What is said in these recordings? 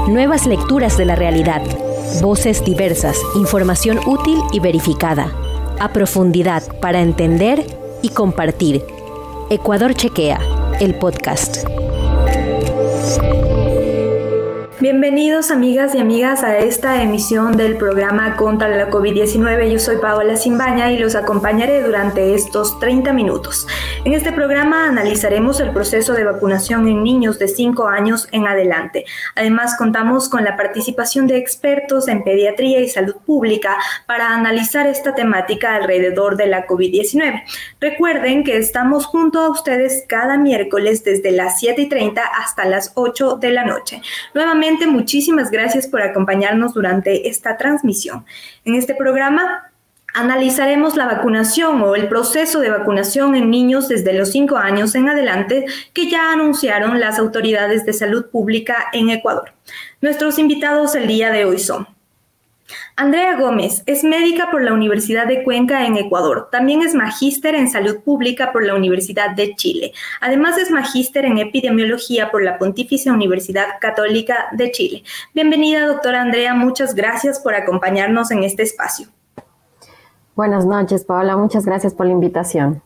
Nuevas lecturas de la realidad. Voces diversas, información útil y verificada. A profundidad para entender y compartir. Ecuador Chequea, el podcast. Bienvenidos amigas y amigas a esta emisión del programa contra la COVID-19. Yo soy Paola Simbaña y los acompañaré durante estos 30 minutos. En este programa analizaremos el proceso de vacunación en niños de 5 años en adelante. Además, contamos con la participación de expertos en pediatría y salud pública para analizar esta temática alrededor de la COVID-19. Recuerden que estamos junto a ustedes cada miércoles desde las 7:30 hasta las 8 de la noche. Nuevamente, muchísimas gracias por acompañarnos durante esta transmisión. En este programa analizaremos la vacunación o el proceso de vacunación en niños desde los 5 años en adelante que ya anunciaron las autoridades de salud pública en Ecuador. Nuestros invitados el día de hoy son Andrea Gómez, es médica por la Universidad de Cuenca en Ecuador. También es magíster en salud pública por la Universidad de Chile. Además es magíster en epidemiología por la Pontificia Universidad Católica de Chile. Bienvenida, doctora Andrea. Muchas gracias por acompañarnos en este espacio. Buenas noches, Paola. Muchas gracias por la invitación.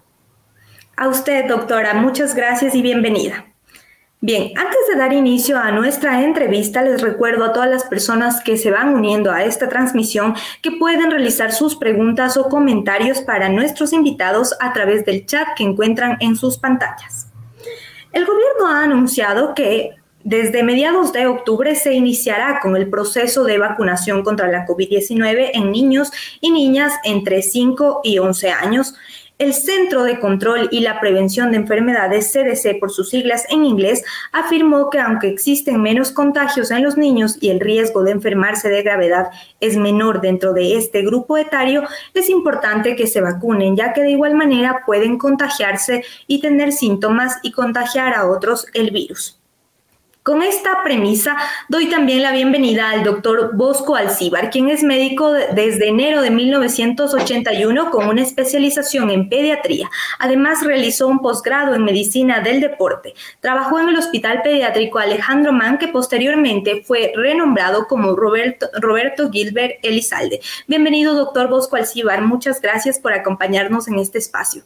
A usted, doctora. Muchas gracias y bienvenida. Bien, antes de dar inicio a nuestra entrevista, les recuerdo a todas las personas que se van uniendo a esta transmisión que pueden realizar sus preguntas o comentarios para nuestros invitados a través del chat que encuentran en sus pantallas. El gobierno ha anunciado que desde mediados de octubre se iniciará con el proceso de vacunación contra la COVID-19 en niños y niñas entre 5 y 11 años. El Centro de Control y la Prevención de Enfermedades, CDC por sus siglas en inglés, afirmó que aunque existen menos contagios en los niños y el riesgo de enfermarse de gravedad es menor dentro de este grupo etario, es importante que se vacunen, ya que de igual manera pueden contagiarse y tener síntomas y contagiar a otros el virus. Con esta premisa, doy también la bienvenida al doctor Bosco Alcíbar, quien es médico desde enero de 1981 con una especialización en pediatría. Además, realizó un posgrado en medicina del deporte. Trabajó en el Hospital Pediátrico Alejandro Mann, que posteriormente fue renombrado como Roberto Gilbert Elizalde. Bienvenido, doctor Bosco Alcíbar. Muchas gracias por acompañarnos en este espacio.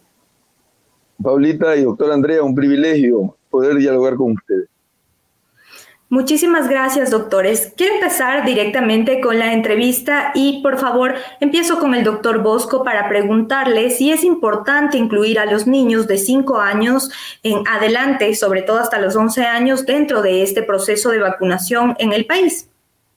Paulita y doctor Andrea, un privilegio poder dialogar con ustedes. Muchísimas gracias, doctores. Quiero empezar directamente con la entrevista y, por favor, empiezo con el doctor Bosco para preguntarle si es importante incluir a los niños de 5 años en adelante, sobre todo hasta los 11 años, dentro de este proceso de vacunación en el país.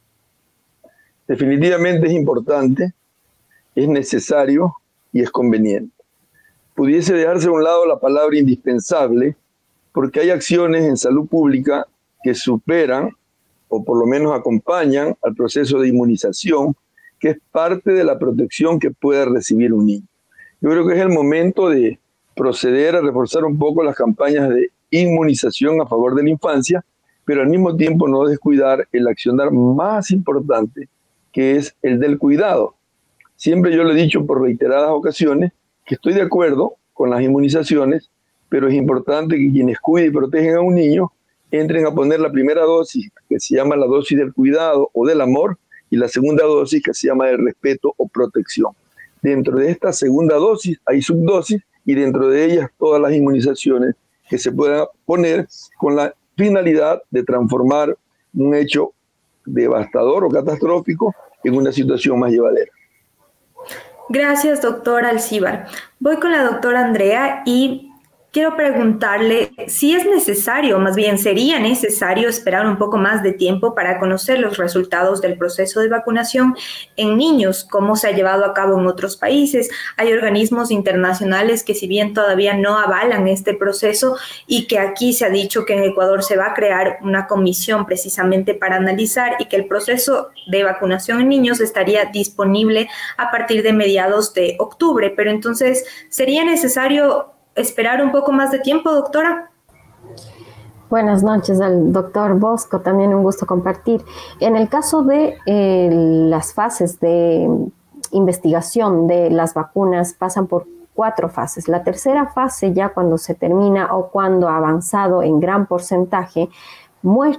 Definitivamente es importante, es necesario y es conveniente. Pudiese dejarse a un lado la palabra indispensable porque hay acciones en salud pública que superan o por lo menos acompañan al proceso de inmunización, que es parte de la protección que pueda recibir un niño. Yo creo que es el momento de proceder a reforzar un poco las campañas de inmunización a favor de la infancia, pero al mismo tiempo no descuidar el accionar más importante, que es el del cuidado. Siempre yo lo he dicho por reiteradas ocasiones que estoy de acuerdo con las inmunizaciones, pero es importante que quienes cuiden y protegen a un niño entren a poner la primera dosis, que se llama la dosis del cuidado o del amor, y la segunda dosis, que se llama del respeto o protección. Dentro de esta segunda dosis hay subdosis, y dentro de ellas todas las inmunizaciones que se puedan poner con la finalidad de transformar un hecho devastador o catastrófico en una situación más llevadera. Gracias, doctor Alcíbar. Voy con la doctora Andrea y quiero preguntarle si es necesario, más bien sería necesario esperar un poco más de tiempo para conocer los resultados del proceso de vacunación en niños, cómo se ha llevado a cabo en otros países. Hay organismos internacionales que si bien todavía no avalan este proceso y que aquí se ha dicho que en Ecuador se va a crear una comisión precisamente para analizar y que el proceso de vacunación en niños estaría disponible a partir de mediados de octubre. Pero entonces, ¿sería necesario esperar un poco más de tiempo, doctora? Buenas noches al doctor Bosco, también un gusto compartir. En el caso de las fases de investigación de las vacunas pasan por 4 fases. La tercera fase, ya cuando se termina o cuando ha avanzado en gran porcentaje, muestran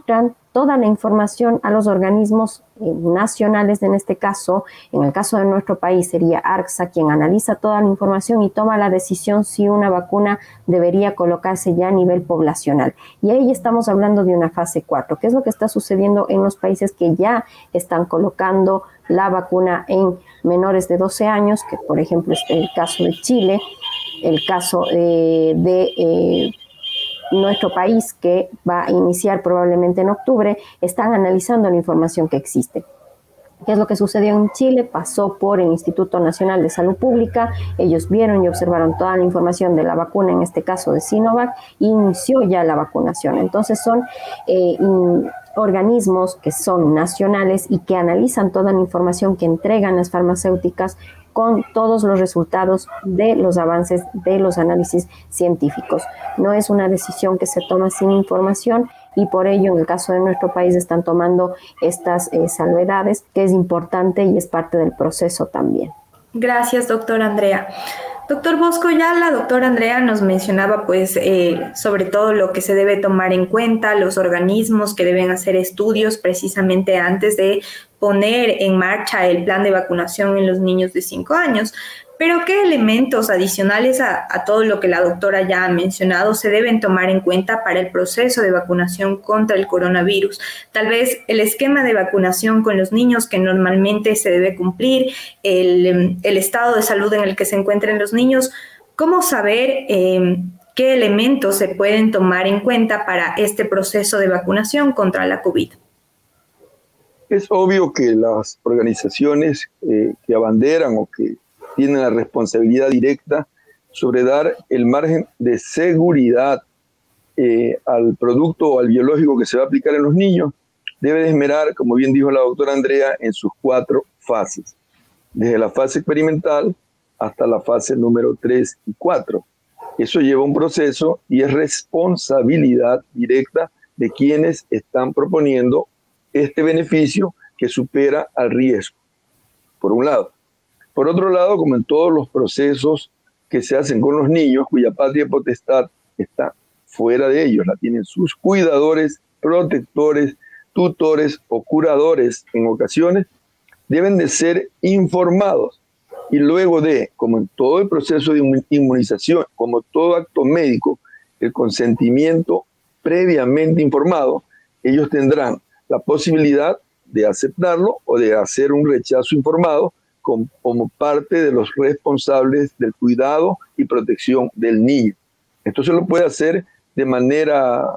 toda la información a los organismos nacionales, en este caso, en el caso de nuestro país sería ARCSA, quien analiza toda la información y toma la decisión si una vacuna debería colocarse ya a nivel poblacional. Y ahí estamos hablando de una fase 4, que es lo que está sucediendo en los países que ya están colocando la vacuna en menores de 12 años, que por ejemplo es el caso de Chile, el caso de nuestro país, que va a iniciar probablemente en octubre. Están analizando la información que existe. ¿Qué es lo que sucedió en Chile? Pasó por el Instituto Nacional de Salud Pública, ellos vieron y observaron toda la información de la vacuna, en este caso de Sinovac, e inició ya la vacunación. Entonces son organismos que son nacionales y que analizan toda la información que entregan las farmacéuticas con todos los resultados de los avances de los análisis científicos. No es una decisión que se toma sin información, y por ello, en el caso de nuestro país, están tomando estas salvedades, que es importante y es parte del proceso también. Gracias, doctora Andrea. Doctor Bosco, ya la doctora Andrea nos mencionaba sobre todo lo que se debe tomar en cuenta, los organismos que deben hacer estudios precisamente antes de poner en marcha el plan de vacunación en los niños de 5 años. Pero ¿qué elementos adicionales a todo lo que la doctora ya ha mencionado se deben tomar en cuenta para el proceso de vacunación contra el coronavirus? Tal vez el esquema de vacunación con los niños que normalmente se debe cumplir, el estado de salud en el que se encuentran los niños. ¿Cómo saber qué elementos se pueden tomar en cuenta para este proceso de vacunación contra la COVID? Es obvio que las organizaciones que abanderan o que tienen la responsabilidad directa sobre dar el margen de seguridad al producto o al biológico que se va a aplicar en los niños, debe esmerar, como bien dijo la doctora Andrea, en sus 4 fases, desde la fase experimental hasta la fase número 3 y 4. Eso lleva un proceso y es responsabilidad directa de quienes están proponiendo este beneficio que supera al riesgo, por un lado. Por otro lado, como en todos los procesos que se hacen con los niños, cuya patria potestad está fuera de ellos, la tienen sus cuidadores, protectores, tutores o curadores en ocasiones, deben de ser informados. Y luego de, como en todo el proceso de inmunización, como todo acto médico, el consentimiento previamente informado, ellos tendrán la posibilidad de aceptarlo o de hacer un rechazo informado como parte de los responsables del cuidado y protección del niño. Esto se lo puede hacer de manera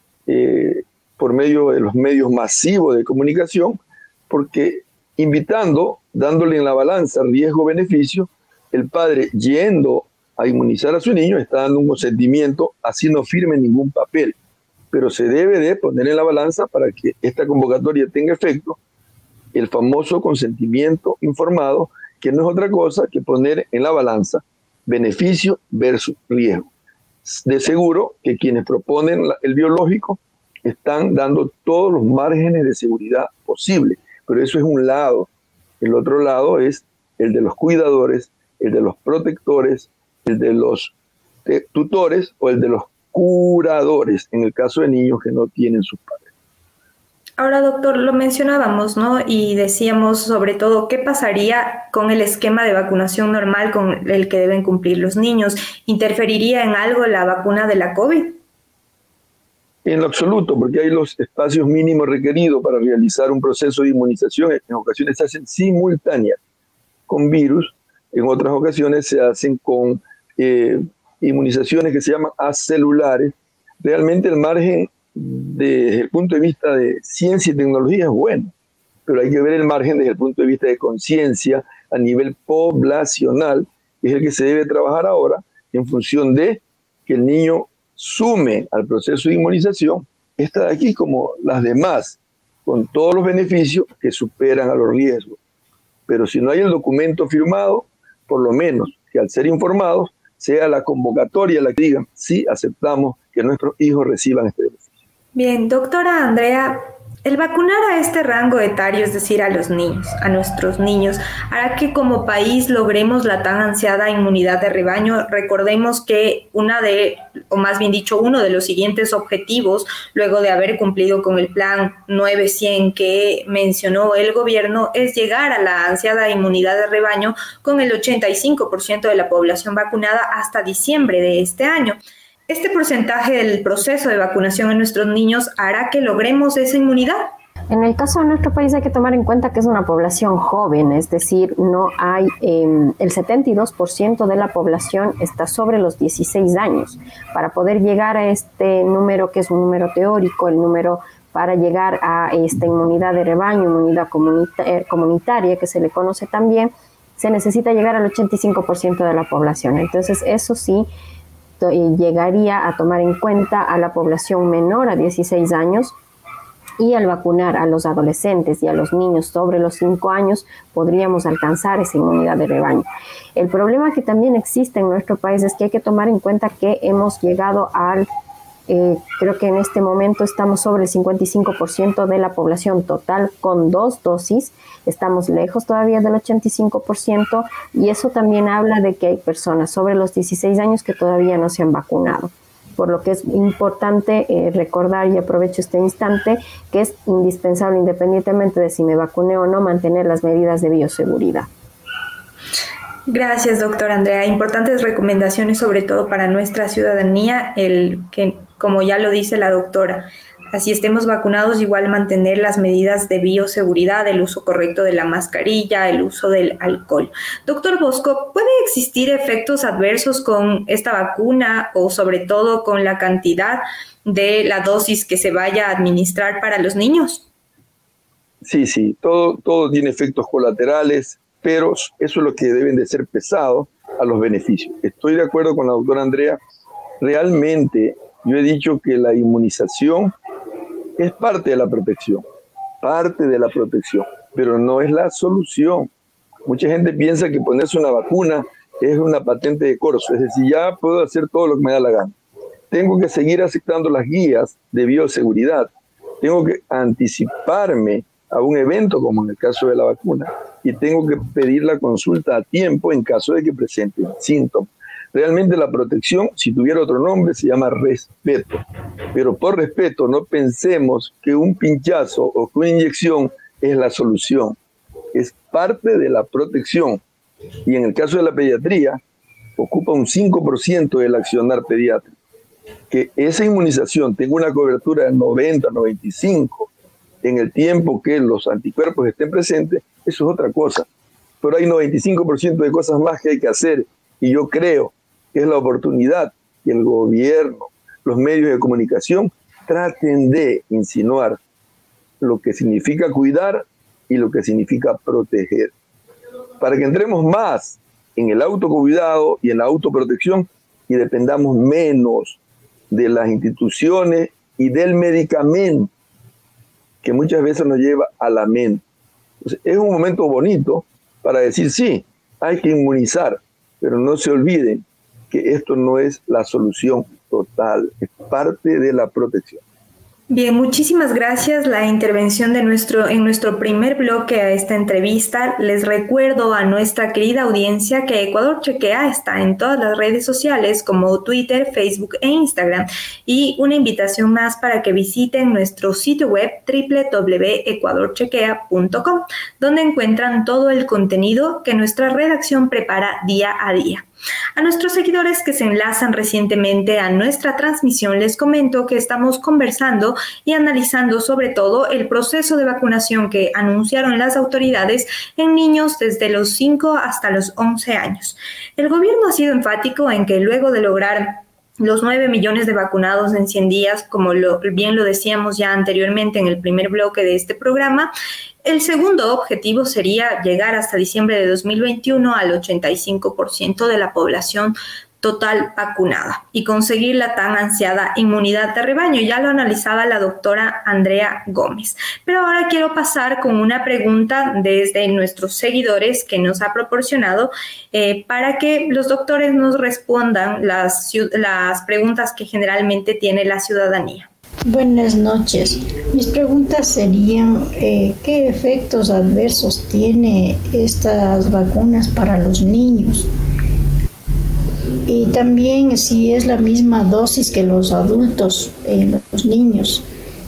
por medio de los medios masivos de comunicación, porque invitando, dándole en la balanza riesgo-beneficio, el padre yendo a inmunizar a su niño está dando un consentimiento, así no firme ningún papel, pero se debe de poner en la balanza para que esta convocatoria tenga efecto el famoso consentimiento informado, que no es otra cosa que poner en la balanza beneficio versus riesgo. De seguro que quienes proponen el biológico están dando todos los márgenes de seguridad posibles, pero eso es un lado. El otro lado es el de los cuidadores, el de los protectores, el de los tutores o el de los curadores, en el caso de niños que no tienen sus padres. Ahora, doctor, lo mencionábamos, ¿no? Y decíamos sobre todo, ¿qué pasaría con el esquema de vacunación normal con el que deben cumplir los niños? ¿Interferiría en algo la vacuna de la COVID? En lo absoluto, porque hay los espacios mínimos requeridos para realizar un proceso de inmunización. En ocasiones se hacen simultáneas con virus, en otras ocasiones se hacen con inmunizaciones que se llaman acelulares. Realmente el margen desde el punto de vista de ciencia y tecnología es bueno, pero hay que ver el margen desde el punto de vista de conciencia a nivel poblacional, que es el que se debe trabajar ahora en función de que el niño sume al proceso de inmunización, esta de aquí como las demás, con todos los beneficios que superan a los riesgos. Pero si no hay el documento firmado, por lo menos que al ser informados sea la convocatoria la que diga, sí, aceptamos que nuestros hijos reciban este beneficio. Bien, doctora Andrea, El vacunar a este rango etario, es decir, a los niños, a nuestros niños, hará que como país logremos la tan ansiada inmunidad de rebaño. Recordemos que uno de los siguientes objetivos, luego de haber cumplido con el plan 900 que mencionó el gobierno, es llegar a la ansiada inmunidad de rebaño con el 85% de la población vacunada hasta diciembre de este año. ¿Este porcentaje del proceso de vacunación en nuestros niños hará que logremos esa inmunidad? En el caso de nuestro país hay que tomar en cuenta que es una población joven, es decir, no hay el 72% de la población está sobre los 16 años. Para poder llegar a este número, que es un número teórico, el número para llegar a esta inmunidad de rebaño, inmunidad comunitaria, que se le conoce también, se necesita llegar al 85% de la población. Entonces, eso sí, llegaría a tomar en cuenta a la población menor a 16 años, y al vacunar a los adolescentes y a los niños sobre los 5 años podríamos alcanzar esa inmunidad de rebaño. El problema que también existe en nuestro país es que hay que tomar en cuenta que hemos llegado al creo que en este momento estamos sobre el 55% de la población total con 2 dosis. Estamos lejos todavía del 85% y eso también habla de que hay personas sobre los 16 años que todavía no se han vacunado. Por lo que es importante recordar, y aprovecho este instante, que es indispensable, independientemente de si me vacuné o no, mantener las medidas de bioseguridad. Gracias, doctora Andrea. Importantes recomendaciones, sobre todo para nuestra ciudadanía, el que, como ya lo dice la doctora, así estemos vacunados, igual mantener las medidas de bioseguridad, el uso correcto de la mascarilla, el uso del alcohol. Doctor Bosco, ¿puede existir efectos adversos con esta vacuna o sobre todo con la cantidad de la dosis que se vaya a administrar para los niños? Sí, todo tiene efectos colaterales, pero eso es lo que deben de ser pesados a los beneficios. Estoy de acuerdo con la doctora Andrea. Realmente yo he dicho que la inmunización es parte de la protección, pero no es la solución. Mucha gente piensa que ponerse una vacuna es una patente de corso, es decir, ya puedo hacer todo lo que me da la gana. Tengo que seguir aceptando las guías de bioseguridad, tengo que anticiparme a un evento como en el caso de la vacuna y tengo que pedir la consulta a tiempo en caso de que presenten síntomas. Realmente la protección, si tuviera otro nombre, se llama respeto. Pero por respeto no pensemos que un pinchazo o que una inyección es la solución. Es parte de la protección. Y en el caso de la pediatría, ocupa un 5% del accionar pediátrico. Que esa inmunización tenga una cobertura del 90, 95, en el tiempo que los anticuerpos estén presentes, eso es otra cosa. Pero hay 95% de cosas más que hay que hacer. Y yo creo que es la oportunidad que el gobierno, los medios de comunicación traten de insinuar lo que significa cuidar y lo que significa proteger. Para que entremos más en el autocuidado y en la autoprotección y dependamos menos de las instituciones y del medicamento que muchas veces nos lleva a la mente. Entonces, es un momento bonito para decir sí, hay que inmunizar, pero no se olviden que esto no es la solución total, es parte de la protección. Bien, muchísimas gracias. La intervención de en nuestro primer bloque a esta entrevista. Les recuerdo a nuestra querida audiencia que Ecuador Chequea está en todas las redes sociales como Twitter, Facebook e Instagram. Y una invitación más para que visiten nuestro sitio web www.ecuadorchequea.com, donde encuentran todo el contenido que nuestra redacción prepara día a día. A nuestros seguidores que se enlazan recientemente a nuestra transmisión, les comento que estamos conversando y analizando sobre todo el proceso de vacunación que anunciaron las autoridades en niños desde los 5 hasta los 11 años. El gobierno ha sido enfático en que luego de lograr los 9 millones de vacunados en 100 días, como bien lo decíamos ya anteriormente en el primer bloque de este programa, el segundo objetivo sería llegar hasta diciembre de 2021 al 85% de la población total vacunada y conseguir la tan ansiada inmunidad de rebaño. Ya lo analizaba la doctora Andrea Gómez. Pero ahora quiero pasar con una pregunta desde nuestros seguidores que nos ha proporcionado para que los doctores nos respondan las preguntas que generalmente tiene la ciudadanía. Buenas noches. Mis preguntas serían, ¿qué efectos adversos tiene estas vacunas para los niños? Y también si es la misma dosis que los adultos en los niños.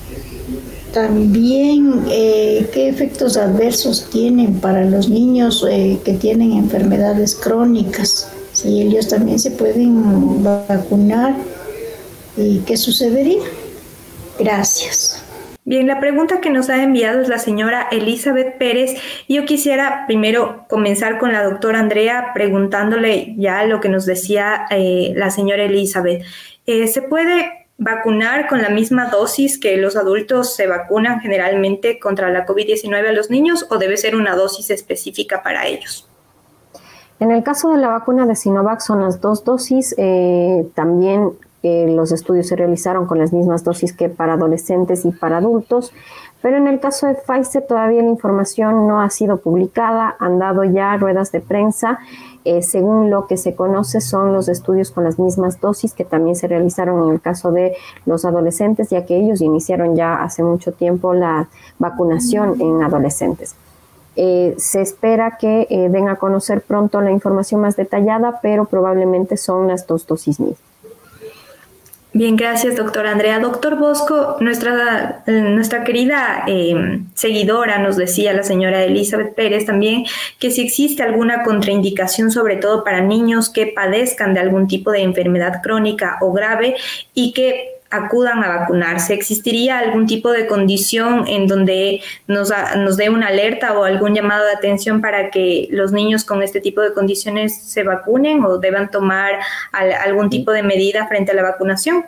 También, ¿qué efectos adversos tienen para los niños que tienen enfermedades crónicas? Si ellos también se pueden vacunar, ¿y qué sucedería? Gracias. Bien, la pregunta que nos ha enviado es la señora Elizabeth Pérez. Yo quisiera primero comenzar con la doctora Andrea preguntándole ya lo que nos decía la señora Elizabeth. ¿Se puede vacunar con la misma dosis que los adultos se vacunan generalmente contra la COVID-19 a los niños o debe ser una dosis específica para ellos? En el caso de la vacuna de Sinovac son las 2 dosis, también los estudios se realizaron con las mismas dosis que para adolescentes y para adultos, pero en el caso de Pfizer todavía la información no ha sido publicada, han dado ya ruedas de prensa, según lo que se conoce son los estudios con las mismas dosis que también se realizaron en el caso de los adolescentes, ya que ellos iniciaron ya hace mucho tiempo la vacunación en adolescentes. Se espera que den a conocer pronto la información más detallada, pero probablemente son las 2 dosis mismas. Bien, gracias, doctora Andrea. Doctor Bosco, nuestra querida seguidora nos decía, la señora Elizabeth Pérez también, que si existe alguna contraindicación, sobre todo para niños que padezcan de algún tipo de enfermedad crónica o grave y que acudan a vacunarse. ¿Existiría algún tipo de condición en donde nos dé una alerta o algún llamado de atención para que los niños con este tipo de condiciones se vacunen o deban tomar algún tipo de medida frente a la vacunación?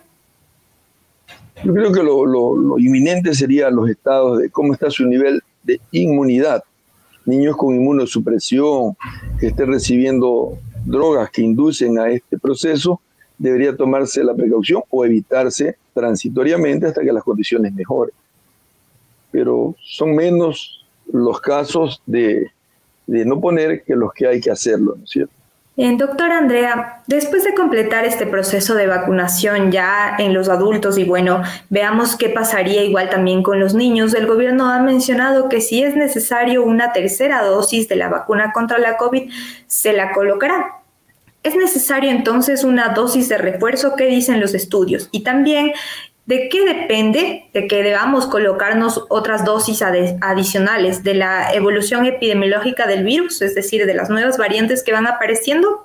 Yo creo que lo inminente sería los estados de cómo está su nivel de inmunidad. Niños con inmunosupresión, que estén recibiendo drogas que inducen a este proceso, debería tomarse la precaución o evitarse transitoriamente hasta que las condiciones mejoren. Pero son menos los casos de no poner que los que hay que hacerlo, ¿no es cierto? Doctora Andrea, después de completar este proceso de vacunación ya en los adultos y bueno, veamos qué pasaría igual también con los niños, el gobierno ha mencionado que si es necesario una tercera dosis de la vacuna contra la COVID, se la colocará. ¿Es necesario entonces una dosis de refuerzo? ¿Qué dicen los estudios? Y también, ¿de qué depende de que debamos colocarnos otras dosis adicionales? ¿De la evolución epidemiológica del virus, es decir, de las nuevas variantes que van apareciendo?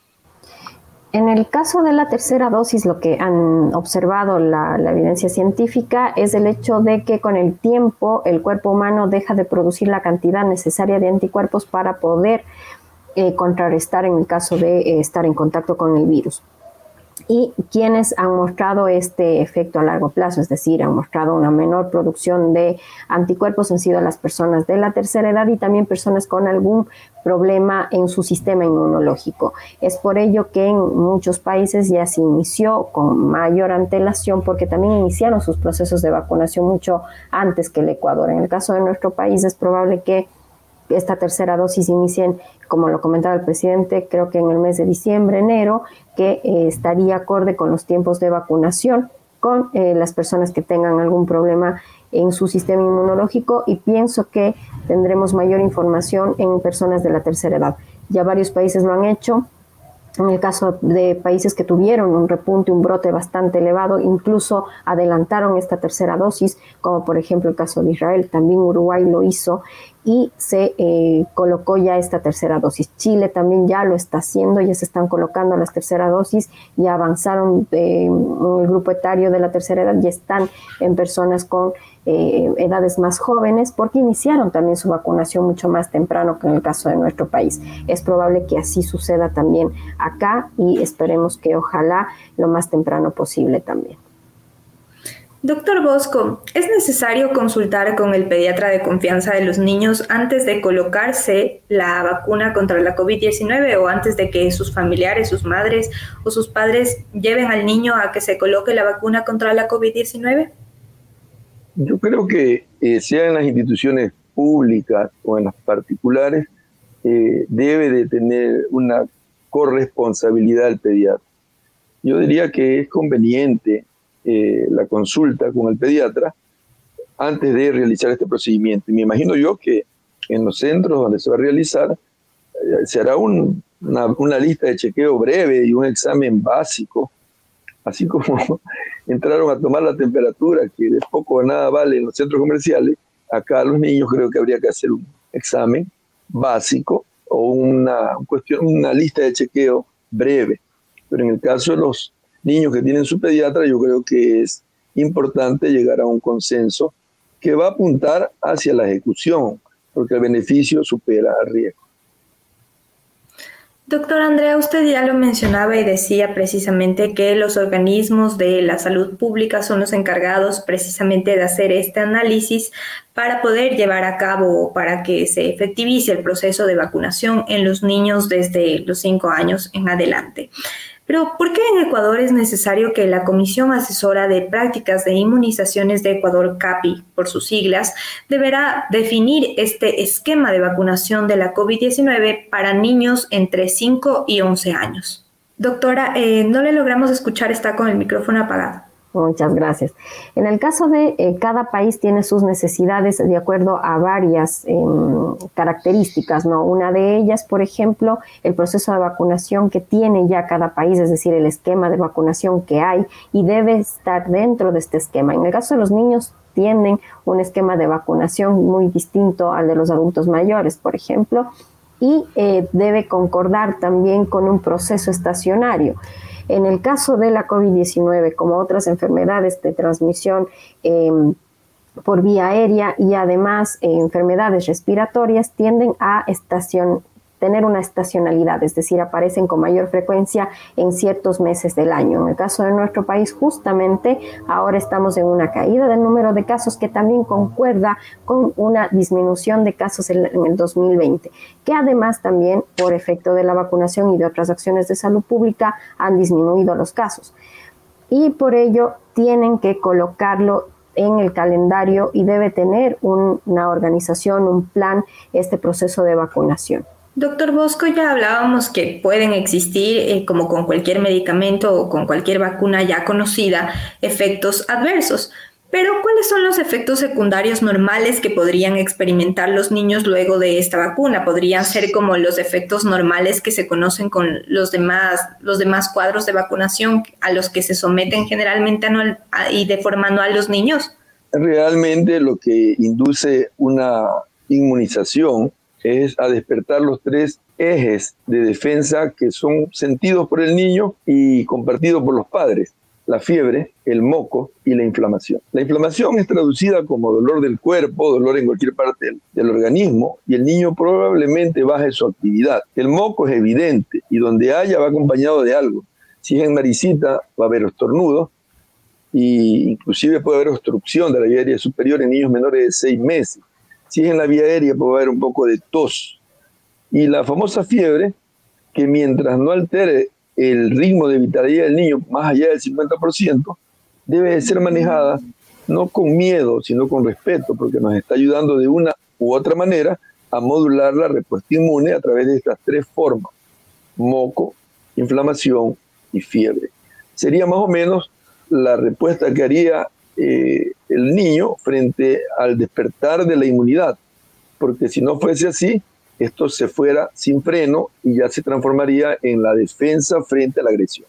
En el caso de la tercera dosis, lo que han observado la evidencia científica es el hecho de que con el tiempo el cuerpo humano deja de producir la cantidad necesaria de anticuerpos para poder contrarrestar en el caso de estar en contacto con el virus. Y quienes han mostrado este efecto a largo plazo, es decir, han mostrado una menor producción de anticuerpos, han sido las personas de la tercera edad y también personas con algún problema en su sistema inmunológico. Es por ello que en muchos países ya se inició con mayor antelación porque también iniciaron sus procesos de vacunación mucho antes que el Ecuador. En el caso de nuestro país es probable que esta tercera dosis inicien, como lo comentaba el presidente, creo que en el mes de diciembre, enero, que estaría acorde con los tiempos de vacunación con las personas que tengan algún problema en su sistema inmunológico y pienso que tendremos mayor información en personas de la tercera edad. Ya varios países lo han hecho. En el caso de países que tuvieron un repunte, un brote bastante elevado, incluso adelantaron esta tercera dosis, como por ejemplo el caso de Israel, también Uruguay lo hizo y se colocó ya esta tercera dosis. Chile también ya lo está haciendo, ya se están colocando las terceras dosis, ya avanzaron en el grupo etario de la tercera edad, ya están en personas con edades más jóvenes porque iniciaron también su vacunación mucho más temprano que en el caso de nuestro país. Es probable que así suceda también acá y esperemos que ojalá lo más temprano posible también. Doctor Bosco, ¿es necesario consultar con el pediatra de confianza de los niños antes de colocarse la vacuna contra la COVID-19 o antes de que sus familiares, sus madres o sus padres lleven al niño a que se coloque la vacuna contra la COVID-19? Yo creo que sea en las instituciones públicas o en las particulares, debe de tener una corresponsabilidad el pediatra. Yo diría que es conveniente la consulta con el pediatra antes de realizar este procedimiento. Y me imagino yo que en los centros donde se va a realizar se hará una lista de chequeo breve y un examen básico, así como entraron a tomar la temperatura, que de poco o nada vale en los centros comerciales. Acá a los niños creo que habría que hacer un examen básico o una lista de chequeo breve. Pero en el caso de los niños que tienen su pediatra, yo creo que es importante llegar a un consenso que va a apuntar hacia la ejecución, porque el beneficio supera al riesgo. Doctor Andrea, usted ya lo mencionaba y decía precisamente que los organismos de la salud pública son los encargados precisamente de hacer este análisis para poder llevar a cabo, para que se efectivice el proceso de vacunación en los niños desde los 5 años en adelante. Pero, ¿por qué en Ecuador es necesario que la Comisión Asesora de Prácticas de Inmunizaciones de Ecuador, CAPI, por sus siglas, deberá definir este esquema de vacunación de la COVID-19 para niños entre 5 y 11 años? Doctora, no le logramos escuchar, está con el micrófono apagado. Muchas gracias. En el caso de cada país tiene sus necesidades de acuerdo a varias características, ¿no? Una de ellas, por ejemplo, el proceso de vacunación que tiene ya cada país, es decir, el esquema de vacunación que hay y debe estar dentro de este esquema. En el caso de los niños, tienen un esquema de vacunación muy distinto al de los adultos mayores, por ejemplo, y debe concordar también con un proceso estacionario. En el caso de la COVID-19, como otras enfermedades de transmisión por vía aérea y además enfermedades respiratorias, tienden a tener una estacionalidad, es decir, aparecen con mayor frecuencia en ciertos meses del año. En el caso de nuestro país, justamente ahora estamos en una caída del número de casos que también concuerda con una disminución de casos en el 2020, que además también por efecto de la vacunación y de otras acciones de salud pública han disminuido los casos. Y por ello tienen que colocarlo en el calendario y debe tener una organización, un plan, este proceso de vacunación. Doctor Bosco, ya hablábamos que pueden existir, como con cualquier medicamento o con cualquier vacuna ya conocida, efectos adversos. Pero, ¿cuáles son los efectos secundarios normales que podrían experimentar los niños luego de esta vacuna? ¿Podrían ser como los efectos normales que se conocen con los demás cuadros de vacunación a los que se someten generalmente y de forma anual los niños? Realmente lo que induce una inmunización es a despertar los 3 ejes de defensa que son sentidos por el niño y compartidos por los padres: la fiebre, el moco y la inflamación. La inflamación es traducida como dolor del cuerpo, dolor en cualquier parte del organismo, y el niño probablemente baje su actividad. El moco es evidente y donde haya va acompañado de algo. Si es en naricita va a haber estornudo y inclusive puede haber obstrucción de la vía aérea superior en niños menores de 6 meses. Si es en la vía aérea puede haber un poco de tos. Y la famosa fiebre, que mientras no altere el ritmo de vitalidad del niño más allá del 50%, debe de ser manejada no con miedo, sino con respeto, porque nos está ayudando de una u otra manera a modular la respuesta inmune a través de estas 3 formas: moco, inflamación y fiebre. Sería más o menos la respuesta que haría el niño frente al despertar de la inmunidad, porque si no fuese así, esto se fuera sin freno y ya se transformaría en la defensa frente a la agresión.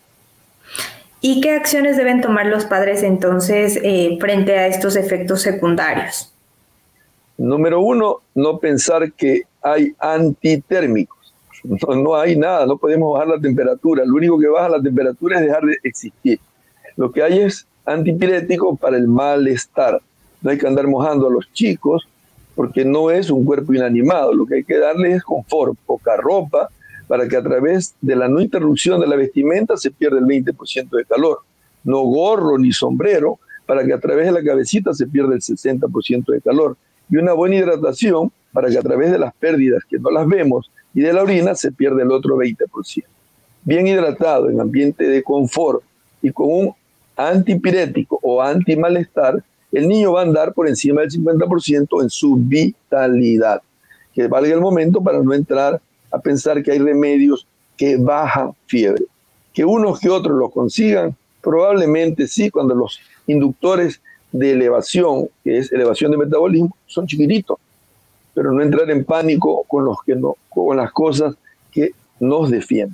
¿Y qué acciones deben tomar los padres entonces frente a estos efectos secundarios? Número 1, no pensar que hay antitérmicos. No hay nada, no podemos bajar la temperatura. Lo único que baja la temperatura es dejar de existir. Lo que hay es antipirético para el malestar. No hay que andar mojando a los chicos porque no es un cuerpo inanimado. Lo que hay que darle es confort, poca ropa, para que a través de la no interrupción de la vestimenta se pierda el 20% de calor. No gorro ni sombrero, para que a través de la cabecita se pierda el 60% de calor. Y una buena hidratación para que a través de las pérdidas que no las vemos y de la orina se pierda el otro 20%. Bien hidratado, en ambiente de confort y con un antipirético o antimalestar, el niño va a andar por encima del 50% en su vitalidad. Que valga el momento para no entrar a pensar que hay remedios que bajan fiebre. Que unos que otros los consigan Probablemente sí, cuando los inductores de elevación, que es elevación de metabolismo, son chiquititos, pero no entrar en pánico con las cosas que nos defienden.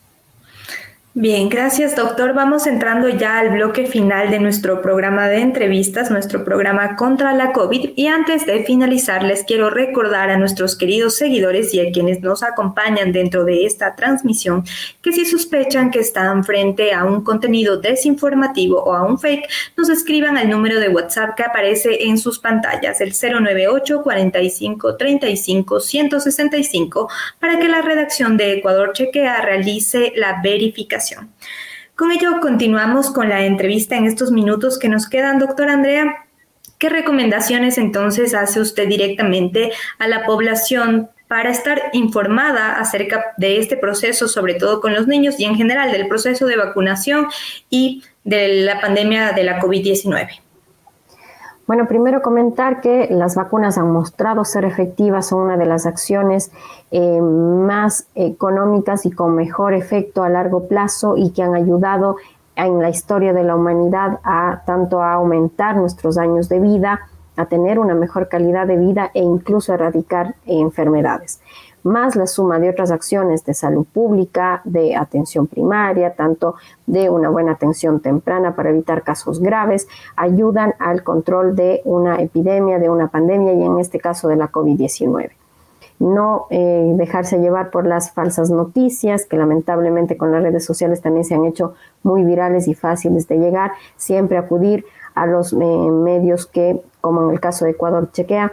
Bien, gracias, doctor. Vamos entrando ya al bloque final de nuestro programa de entrevistas, nuestro programa contra la COVID. Y antes de finalizar, les quiero recordar a nuestros queridos seguidores y a quienes nos acompañan dentro de esta transmisión que si sospechan que están frente a un contenido desinformativo o a un fake, nos escriban al número de WhatsApp que aparece en sus pantallas, el 098 45 35 165, para que la redacción de Ecuador Chequea realice la verificación. Con ello continuamos con la entrevista en estos minutos que nos quedan. Doctora Andrea, ¿qué recomendaciones entonces hace usted directamente a la población para estar informada acerca de este proceso, sobre todo con los niños y en general del proceso de vacunación y de la pandemia de la COVID-19? Bueno, primero comentar que las vacunas han mostrado ser efectivas, son una de las acciones más económicas y con mejor efecto a largo plazo y que han ayudado en la historia de la humanidad tanto a aumentar nuestros años de vida, a tener una mejor calidad de vida e incluso a erradicar enfermedades. Más la suma de otras acciones de salud pública, de atención primaria, tanto de una buena atención temprana para evitar casos graves, ayudan al control de una epidemia, de una pandemia y en este caso de la COVID-19. No dejarse llevar por las falsas noticias, que lamentablemente con las redes sociales también se han hecho muy virales y fáciles de llegar. Siempre acudir a los medios que, como en el caso de Ecuador Chequea,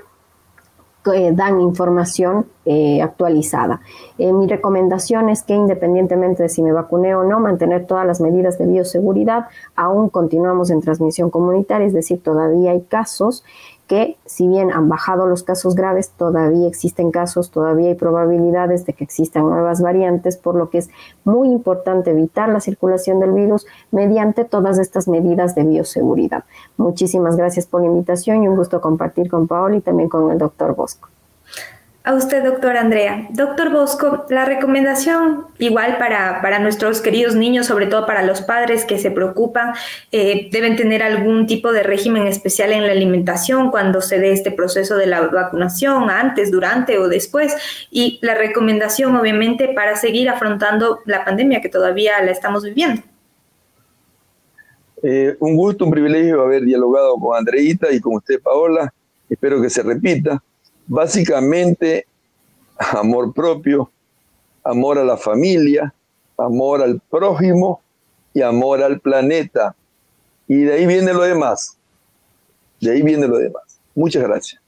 dan información actualizada. Mi recomendación es que independientemente de si me vacuné o no, mantener todas las medidas de bioseguridad. Aún continuamos en transmisión comunitaria, es decir, todavía hay casos que, si bien han bajado los casos graves, todavía existen casos, todavía hay probabilidades de que existan nuevas variantes, por lo que es muy importante evitar la circulación del virus mediante todas estas medidas de bioseguridad. Muchísimas gracias por la invitación y un gusto compartir con Paola y también con el doctor Bosco. A usted, doctora Andrea. Doctor Bosco, la recomendación igual para nuestros queridos niños, sobre todo para los padres que se preocupan, deben tener algún tipo de régimen especial en la alimentación cuando se dé este proceso de la vacunación, antes, durante o después. Y la recomendación, obviamente, para seguir afrontando la pandemia que todavía la estamos viviendo. Un gusto, un privilegio haber dialogado con Andreita y con usted, Paola. Espero que se repita. Básicamente, amor propio, amor a la familia, amor al prójimo y amor al planeta. Y de ahí viene lo demás. Muchas gracias.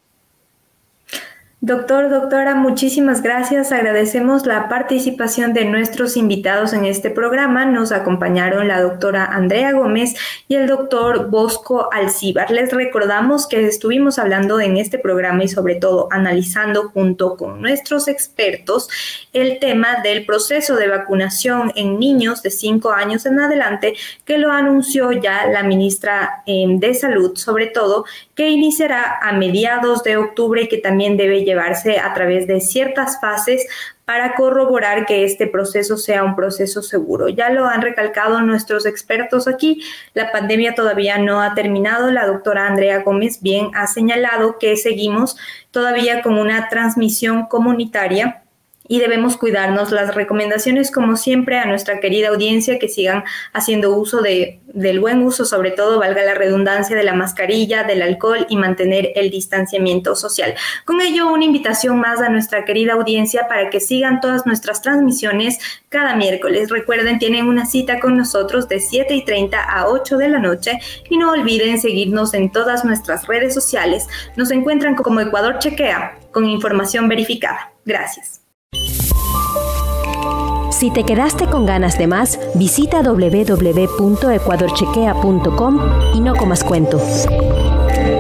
Doctora, muchísimas gracias. Agradecemos la participación de nuestros invitados en este programa. Nos acompañaron la doctora Andrea Gómez y el doctor Bosco Alcíbar. Les recordamos que estuvimos hablando en este programa y sobre todo analizando junto con nuestros expertos el tema del proceso de vacunación en niños de 5 años en adelante, que lo anunció ya la ministra de Salud, sobre todo, que iniciará a mediados de octubre y que también debe llevarse a través de ciertas fases para corroborar que este proceso sea un proceso seguro. Ya lo han recalcado nuestros expertos aquí, la pandemia todavía no ha terminado. La doctora Andrea Gómez bien ha señalado que seguimos todavía con una transmisión comunitaria y debemos cuidarnos. Las recomendaciones, como siempre, a nuestra querida audiencia, que sigan haciendo uso del buen uso, sobre todo, valga la redundancia, de la mascarilla, del alcohol y mantener el distanciamiento social. Con ello, una invitación más a nuestra querida audiencia para que sigan todas nuestras transmisiones cada miércoles. Recuerden, tienen una cita con nosotros de 7:30 a 8 de la noche y no olviden seguirnos en todas nuestras redes sociales. Nos encuentran como Ecuador Chequea, con información verificada. Gracias. Si te quedaste con ganas de más, visita www.ecuadorchequea.com y no comas cuento.